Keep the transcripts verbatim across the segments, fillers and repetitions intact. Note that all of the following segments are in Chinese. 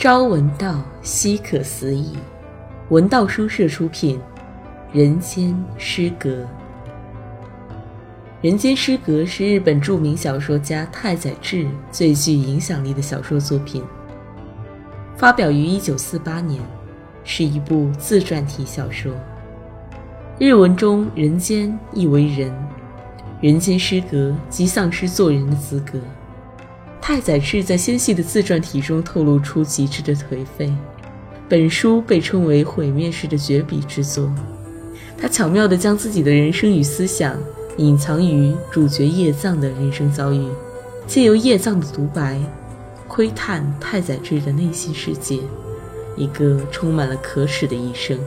朝闻道，夕可思议。文道书社出品《人间失格》。《人间失格》是日本著名小说家太宰治最具影响力的小说作品，发表于一九四八年，是一部自传体小说。日文中人间意为人，人间失格即丧失做人的资格。太宰治在纤细的自传体中透露出极致的颓废，本书被称为毁灭式的绝笔之作。他巧妙地将自己的人生与思想隐藏于主角叶藏的人生遭遇，借由叶藏的独白窥探太宰治的内心世界，一个充满了可耻的一生。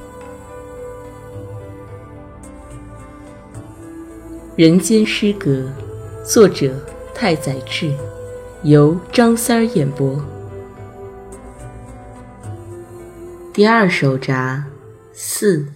人间失格，作者太宰治，由张三儿演播。第二手札四。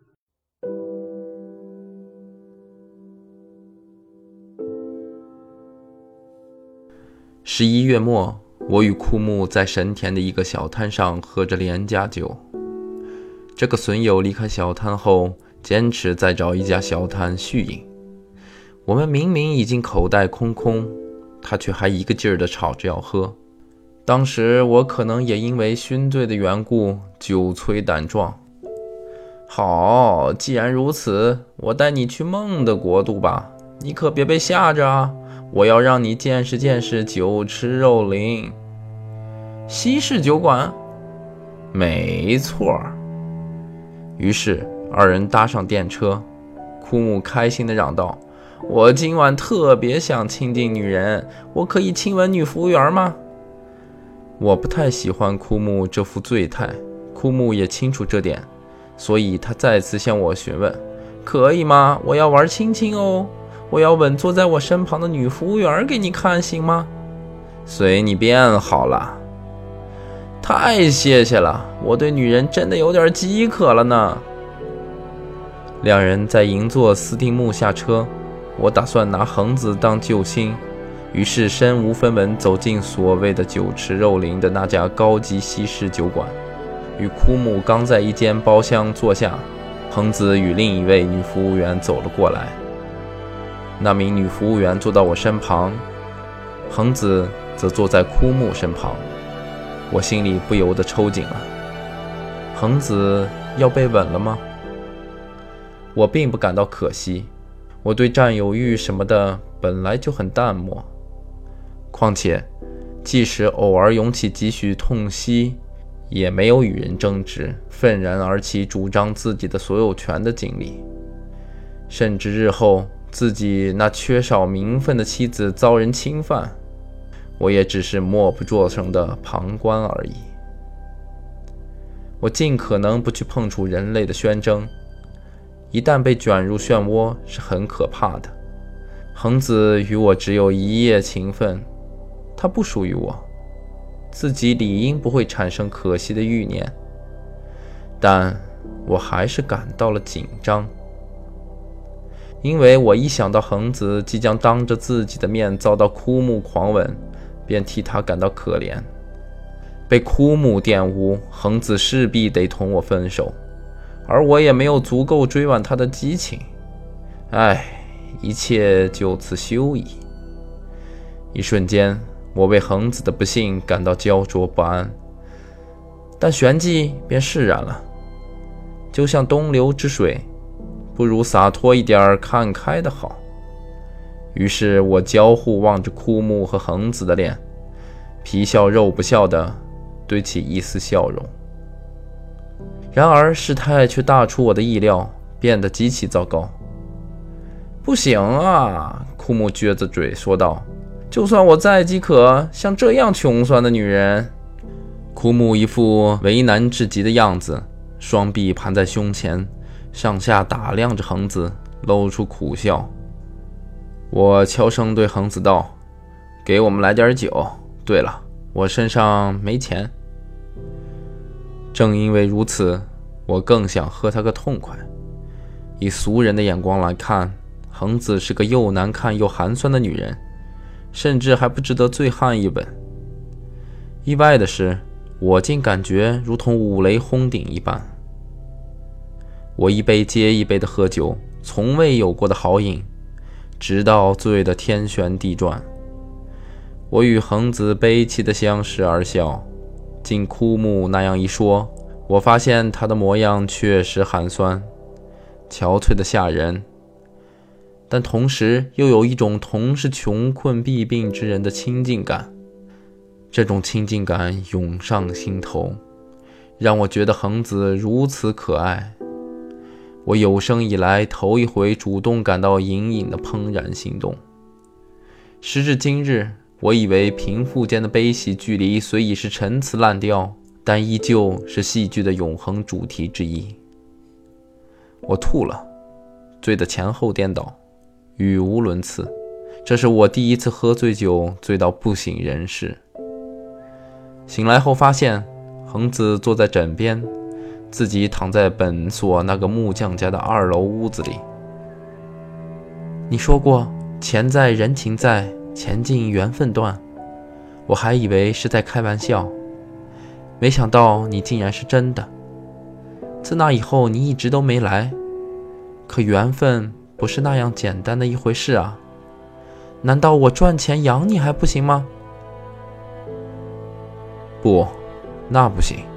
十一月末，我与枯木在神田的一个小摊上喝着廉价酒。这个损友离开小摊后，坚持再找一家小摊续饮。我们明明已经口袋空空，他却还一个劲儿地吵着要喝。当时我可能也因为醺醉的缘故，酒催胆壮。好，既然如此，我带你去梦的国度吧，你可别被吓着啊！我要让你见识见识酒池肉林。西式酒馆？没错。于是二人搭上电车，枯木开心地嚷道：我今晚特别想亲近女人，我可以亲吻女服务员吗？我不太喜欢枯木这副醉态，枯木也清楚这点，所以他再次向我询问：可以吗？我要玩亲亲哦，我要吻坐在我身旁的女服务员给你看，行吗？随你便好了。太谢谢了，我对女人真的有点饥渴了呢。两人在银座斯丁木下车，我打算拿恒子当救星，于是身无分文走进所谓的酒池肉林的那家高级西式酒馆，与枯木刚在一间包厢坐下，恒子与另一位女服务员走了过来。那名女服务员坐到我身旁，恒子则坐在枯木身旁，我心里不由得抽紧了。恒子要被吻了吗？我并不感到可惜，我对占有欲什么的本来就很淡漠，况且即使偶尔涌起几许痛惜，也没有与人争执愤然而起主张自己的所有权的经历。甚至日后自己那缺少名分的妻子遭人侵犯，我也只是默不作声的旁观而已。我尽可能不去碰触人类的宣征，一旦被卷入漩涡是很可怕的。恒子与我只有一夜情分，他不属于我，自己理应不会产生可惜的欲念，但我还是感到了紧张，因为我一想到恒子即将当着自己的面遭到枯木狂吻，便替他感到可怜。被枯木玷污，恒子势必得同我分手，而我也没有足够追挽他的激情。唉，一切就此休矣。一瞬间，我为恒子的不幸感到焦灼不安，但旋即便释然了。就像东流之水，不如洒脱一点看开的好。于是我交互望着枯木和恒子的脸，皮笑肉不笑的堆起一丝笑容。然而事态却大出我的意料，变得极其糟糕。不行啊，枯木撅着嘴说道，就算我再饥渴，像这样穷酸的女人。枯木一副为难至极的样子，双臂盘在胸前，上下打量着恒子，露出苦笑。我悄声对恒子道：给我们来点酒，对了，我身上没钱。正因为如此，我更想喝他个痛快。以俗人的眼光来看，恒子是个又难看又寒酸的女人，甚至还不值得醉汉一吻。意外的是， 我竟感觉如同五雷轰顶一般。我一杯接一杯的喝酒，从未有过的豪饮，直到醉得天旋地转。我与恒子悲戚地相视而笑，经枯木那样一说，我发现他的模样确实寒酸，憔悴得吓人，但同时又有一种同是穷困弊病之人的亲近感。这种亲近感涌上心头，让我觉得恒子如此可爱。我有生以来头一回主动感到隐隐的怦然心动。时至今日，我以为贫富间的悲喜距离虽已是陈词滥调，但依旧是戏剧的永恒主题之一。我吐了，醉得前后颠倒，语无伦次。这是我第一次喝醉酒，醉到不省人事。醒来后发现恒子坐在枕边，自己躺在本所那个木匠家的二楼屋子里。你说过钱在人情在，钱尽缘分断，我还以为是在开玩笑，没想到你竟然是真的。自那以后你一直都没来，可缘分不是那样简单的一回事啊！难道我赚钱养你还不行吗？不，那不行。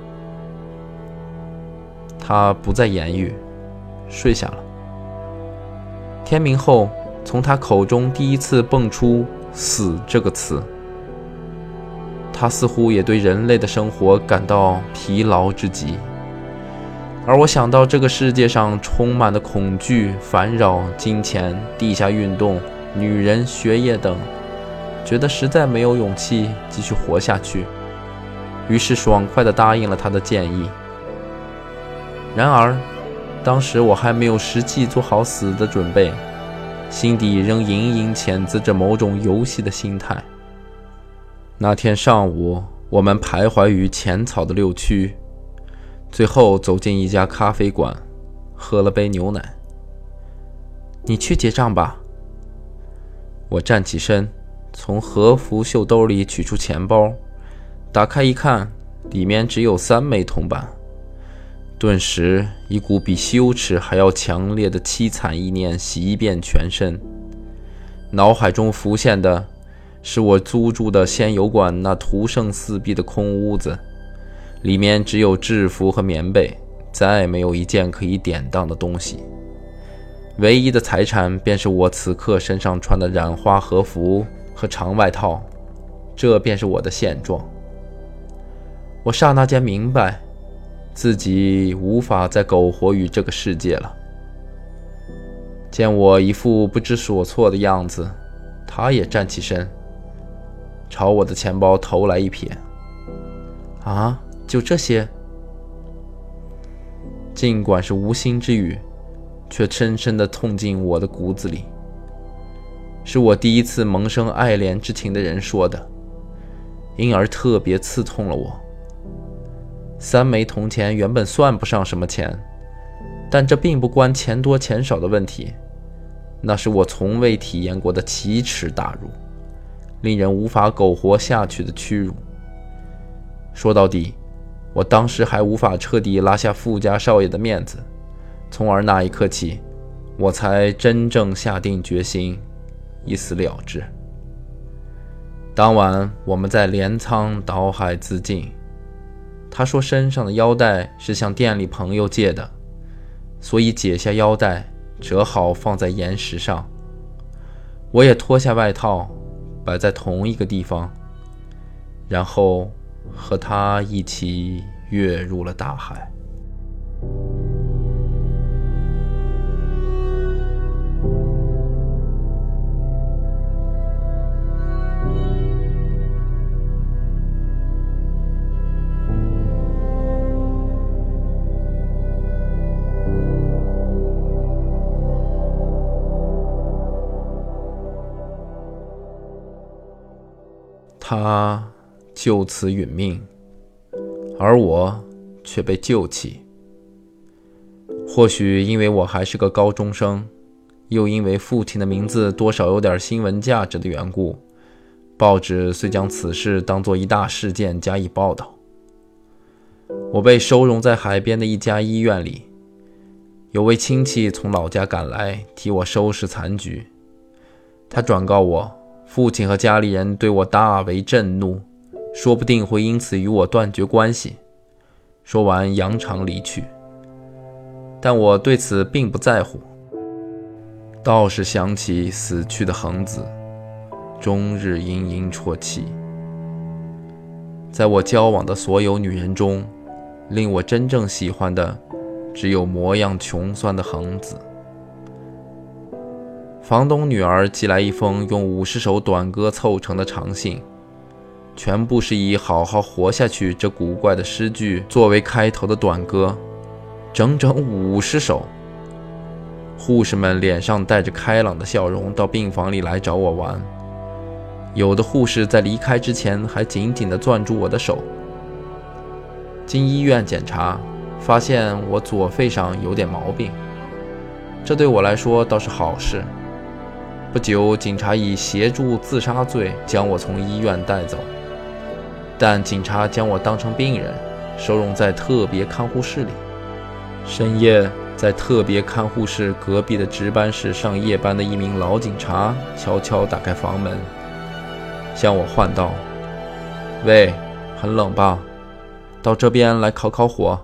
他不再言语，睡下了。天明后，从他口中第一次蹦出死这个词。他似乎也对人类的生活感到疲劳之极，而我想到这个世界上充满了恐惧、烦扰、金钱、地下运动、女人、学业等，觉得实在没有勇气继续活下去，于是爽快地答应了他的建议。然而当时我还没有实际做好死的准备，心底仍隐隐谴责着某种游戏的心态。那天上午，我们徘徊于浅草的六区，最后走进一家咖啡馆，喝了杯牛奶。你去结账吧。我站起身，从和服袖兜里取出钱包，打开一看，里面只有三枚铜板。顿时一股比羞耻还要强烈的凄惨意念袭遍全身，脑海中浮现的是我租住的仙游馆那屠圣四壁的空屋子，里面只有制服和棉被，再没有一件可以典当的东西。唯一的财产便是我此刻身上穿的染花和服和长外套，这便是我的现状。我刹那间明白，自己无法再苟活于这个世界了。见我一副不知所措的样子，他也站起身，朝我的钱包投来一瞥。啊，就这些？尽管是无心之语，却深深地痛进我的骨子里。是我第一次萌生爱怜之情的人说的，因而特别刺痛了我。三枚铜钱原本算不上什么钱，但这并不关钱多钱少的问题，那是我从未体验过的奇耻大辱，令人无法苟活下去的屈辱。说到底，我当时还无法彻底拉下富家少爷的面子，从而那一刻起，我才真正下定决心一死了之。当晚我们在镰仓岛海自尽，他说身上的腰带是向店里朋友借的，所以解下腰带折好放在岩石上。我也脱下外套摆在同一个地方，然后和他一起跃入了大海。他就此殒命，而我却被救起。或许因为我还是个高中生，又因为父亲的名字多少有点新闻价值的缘故，报纸虽将此事当作一大事件加以报道。 我被收容在海边的一家医院里，有位亲戚从老家赶来替我收拾残局。他转告我，父亲和家里人对我大为震怒，说不定会因此与我断绝关系。说完扬长离去，但我对此并不在乎，倒是想起死去的恒子，终日殷殷啜泣。在我交往的所有女人中，令我真正喜欢的只有模样穷酸的恒子。房东女儿寄来一封用五十首短歌凑成的长信，全部是以好好活下去这古怪的诗句作为开头的短歌，整整五十首。护士们脸上带着开朗的笑容到病房里来找我玩，有的护士在离开之前还紧紧地攥住我的手。经医院检查，发现我左肺上有点毛病，这对我来说倒是好事。不久，警察以协助自杀罪将我从医院带走，但警察将我当成病人，收容在特别看护室里。深夜，在特别看护室隔壁的值班室上夜班的一名老警察悄悄打开房门，向我唤道：“喂，很冷吧？到这边来烤烤火。”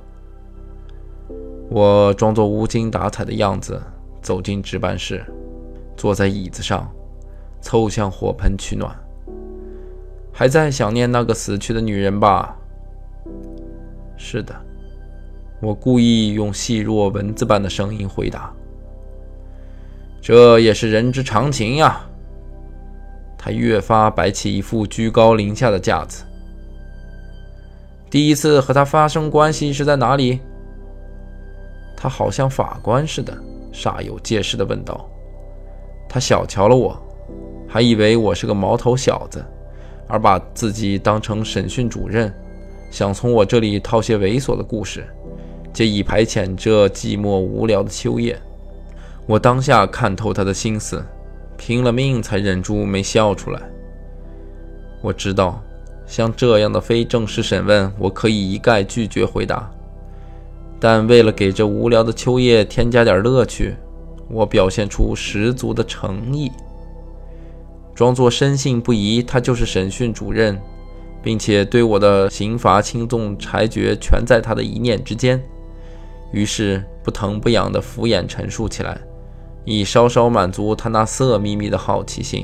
我装作无精打采的样子走进值班室，坐在椅子上，凑向火盆取暖。还在想念那个死去的女人吧？是的，我故意用细弱蚊子般的声音回答。这也是人之常情呀。他越发摆起一副居高临下的架子。第一次和他发生关系是在哪里？他好像法官似的，煞有介事地问道。他小瞧了我，还以为我是个毛头小子，而把自己当成审讯主任，想从我这里套些猥琐的故事，借以排遣这寂寞无聊的秋夜。我当下看透他的心思，拼了命才忍住没笑出来。我知道，像这样的非正式审问，我可以一概拒绝回答，但为了给这无聊的秋夜添加点乐趣，我表现出十足的诚意，装作深信不疑他就是审讯主任，并且对我的刑罚轻重裁决全在他的一念之间，于是不疼不痒地敷衍陈述起来，以稍稍满足他那色眯眯的好奇心。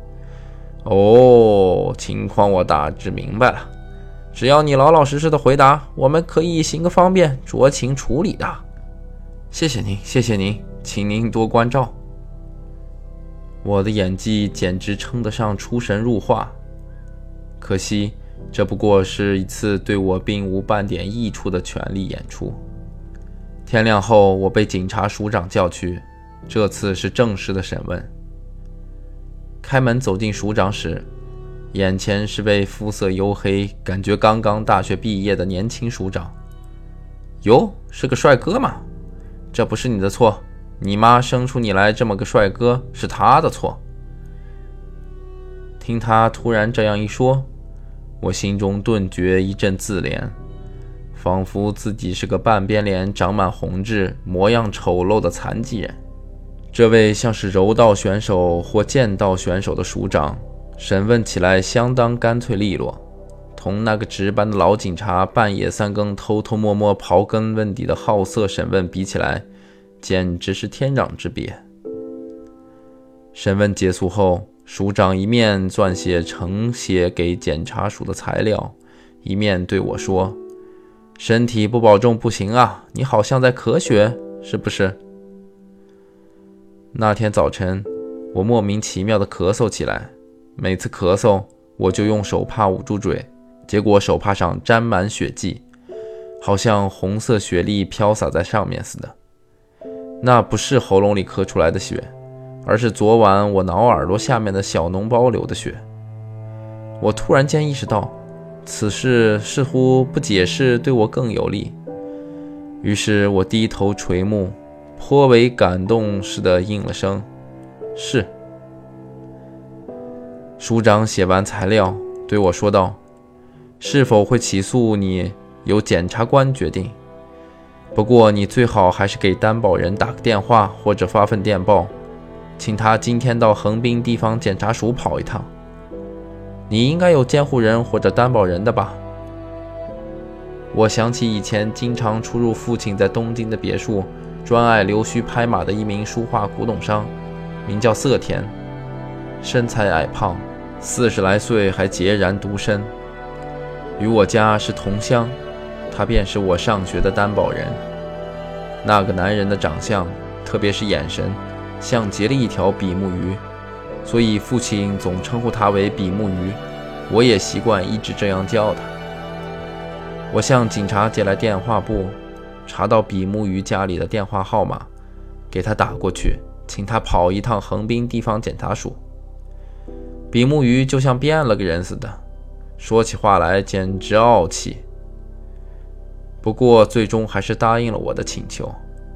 哦，情况我大致明白了，只要你老老实实的回答，我们可以行个方便，酌情处理的。谢谢您，谢谢您，请您多关照。我的演技简直称得上出神入化，可惜这不过是一次对我并无半点益处的权力演出。天亮后，我被警察署长叫去，这次是正式的审问。开门走进署长室，眼前是位肤色黝黑、感觉刚刚大学毕业的年轻署长。哟，是个帅哥嘛？这不是你的错，你妈生出你来这么个帅哥是她的错。听他突然这样一说，我心中顿觉一阵自怜，仿佛自己是个半边脸长满红痣、模样丑陋的残疾人。这位像是柔道选手或剑道选手的署长，审问起来相当干脆利落，同那个值班的老警察半夜三更偷偷摸摸刨根问底的好色审问比起来，简直是天壤之别。审问结束后，署长一面撰写呈写给检察署的材料，一面对我说：“身体不保重不行啊，你好像在咳血，是不是？”那天早晨，我莫名其妙地咳嗽起来，每次咳嗽，我就用手帕捂住嘴，结果手帕上沾满血迹，好像红色雪粒飘洒在上面似的。那不是喉咙里咳出来的血，而是昨晚我挠耳朵下面的小脓包流的血。我突然间意识到，此事似乎不解释对我更有利，于是我低头垂目，颇为感动似的应了声是。署长写完材料对我说道：“是否会起诉你由检察官决定。不过你最好还是给担保人打个电话或者发份电报，请他今天到横滨地方检察署跑一趟。你应该有监护人或者担保人的吧？我想起以前经常出入父亲在东京的别墅，专爱溜须拍马的一名书画古董商，名叫色田，身材矮胖，四十来岁还孑然独身，与我家是同乡，他便是我上学的担保人。那个男人的长相，特别是眼神，像结了一条比目鱼，所以父亲总称呼他为比目鱼，我也习惯一直这样叫他。我向警察借来电话簿，查到比目鱼家里的电话号码，给他打过去，请他跑一趟横滨地方检察署。比目鱼就像变了个人似的，说起话来简直傲气。不过最终还是答应了我的请求。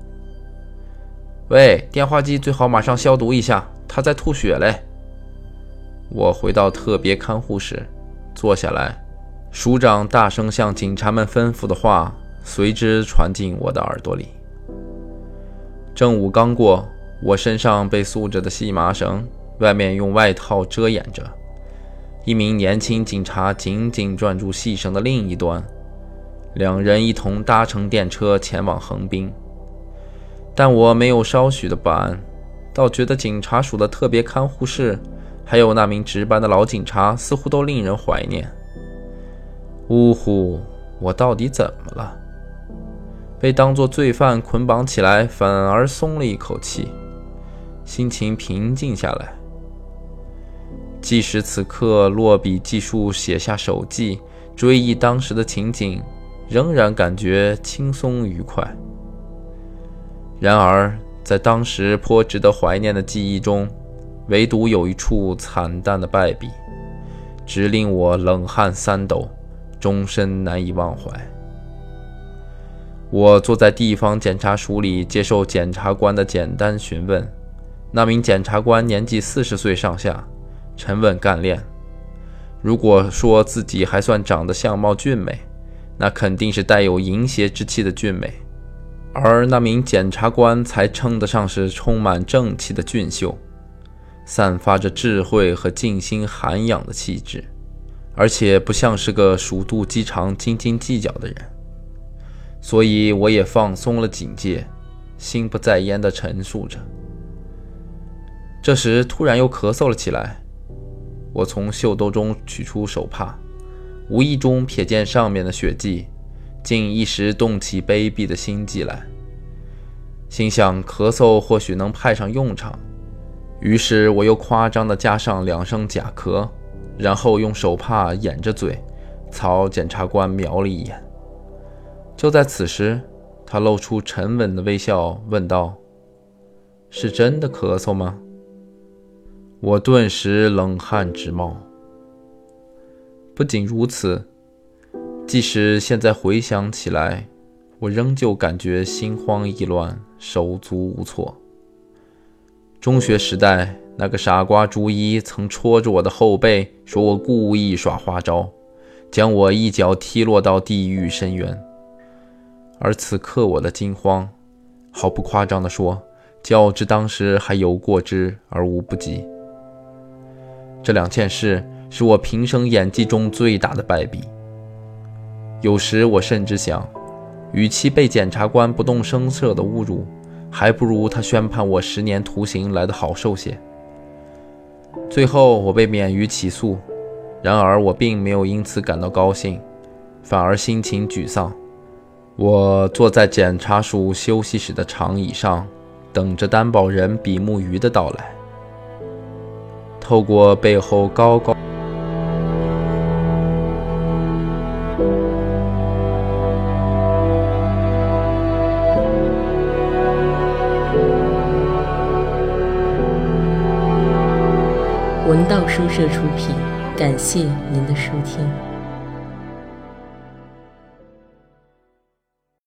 喂，电话机最好马上消毒一下，他在吐血嘞。我回到特别看护室，坐下来，署长大声向警察们吩咐的话随之传进我的耳朵里。正午刚过，我身上被束着的细麻绳，外面用外套遮掩着。一名年轻警察紧紧攥住细绳的另一端，两人一同搭乘电车前往横滨。但我没有稍许的不安，倒觉得警察署的特别看护室还有那名值班的老警察似乎都令人怀念。呜呼，我到底怎么了？被当作罪犯捆绑起来，反而松了一口气，心情平静下来。即使此刻落笔记述写下手记，追忆当时的情景，仍然感觉轻松愉快。然而在当时颇值得怀念的记忆中，唯独有一处惨淡的败笔，直令我冷汗三斗，终身难以忘怀。我坐在地方检察署里接受检察官的简单询问，那名检察官年纪四十岁上下，沉稳干练。如果说自己还算长得相貌俊美，那肯定是带有淫邪之气的俊美，而那名检察官才称得上是充满正气的俊秀，散发着智慧和静心涵养的气质，而且不像是个鼠肚鸡肠斤斤计较的人。所以我也放松了警戒，心不在焉地陈述着。这时突然又咳嗽了起来，我从袖兜中取出手帕，无意中瞥见上面的血迹，竟一时动起卑鄙的心计来，心想咳嗽或许能派上用场。于是我又夸张地加上两声假咳，然后用手帕掩着嘴，朝检察官瞄了一眼。就在此时，他露出沉稳的微笑，问道：“是真的咳嗽吗？”我顿时冷汗直冒。不仅如此，即使现在回想起来，我仍旧感觉心慌意乱，手足无措。中学时代，那个傻瓜朱一曾戳着我的后背，说我故意耍花招，将我一脚踢落到地狱深渊。而此刻我的惊慌，毫不夸张地说，较之当时还有过之而无不及。这两件事是我平生演技中最大的败笔。有时我甚至想，与其被检察官不动声色的侮辱，还不如他宣判我十年徒刑来得好受些。最后我被免于起诉，然而我并没有因此感到高兴，反而心情沮丧。我坐在检察署休息室的长椅上，等着担保人比目鱼的到来。透过背后高高文道书社出品，感谢您的收听。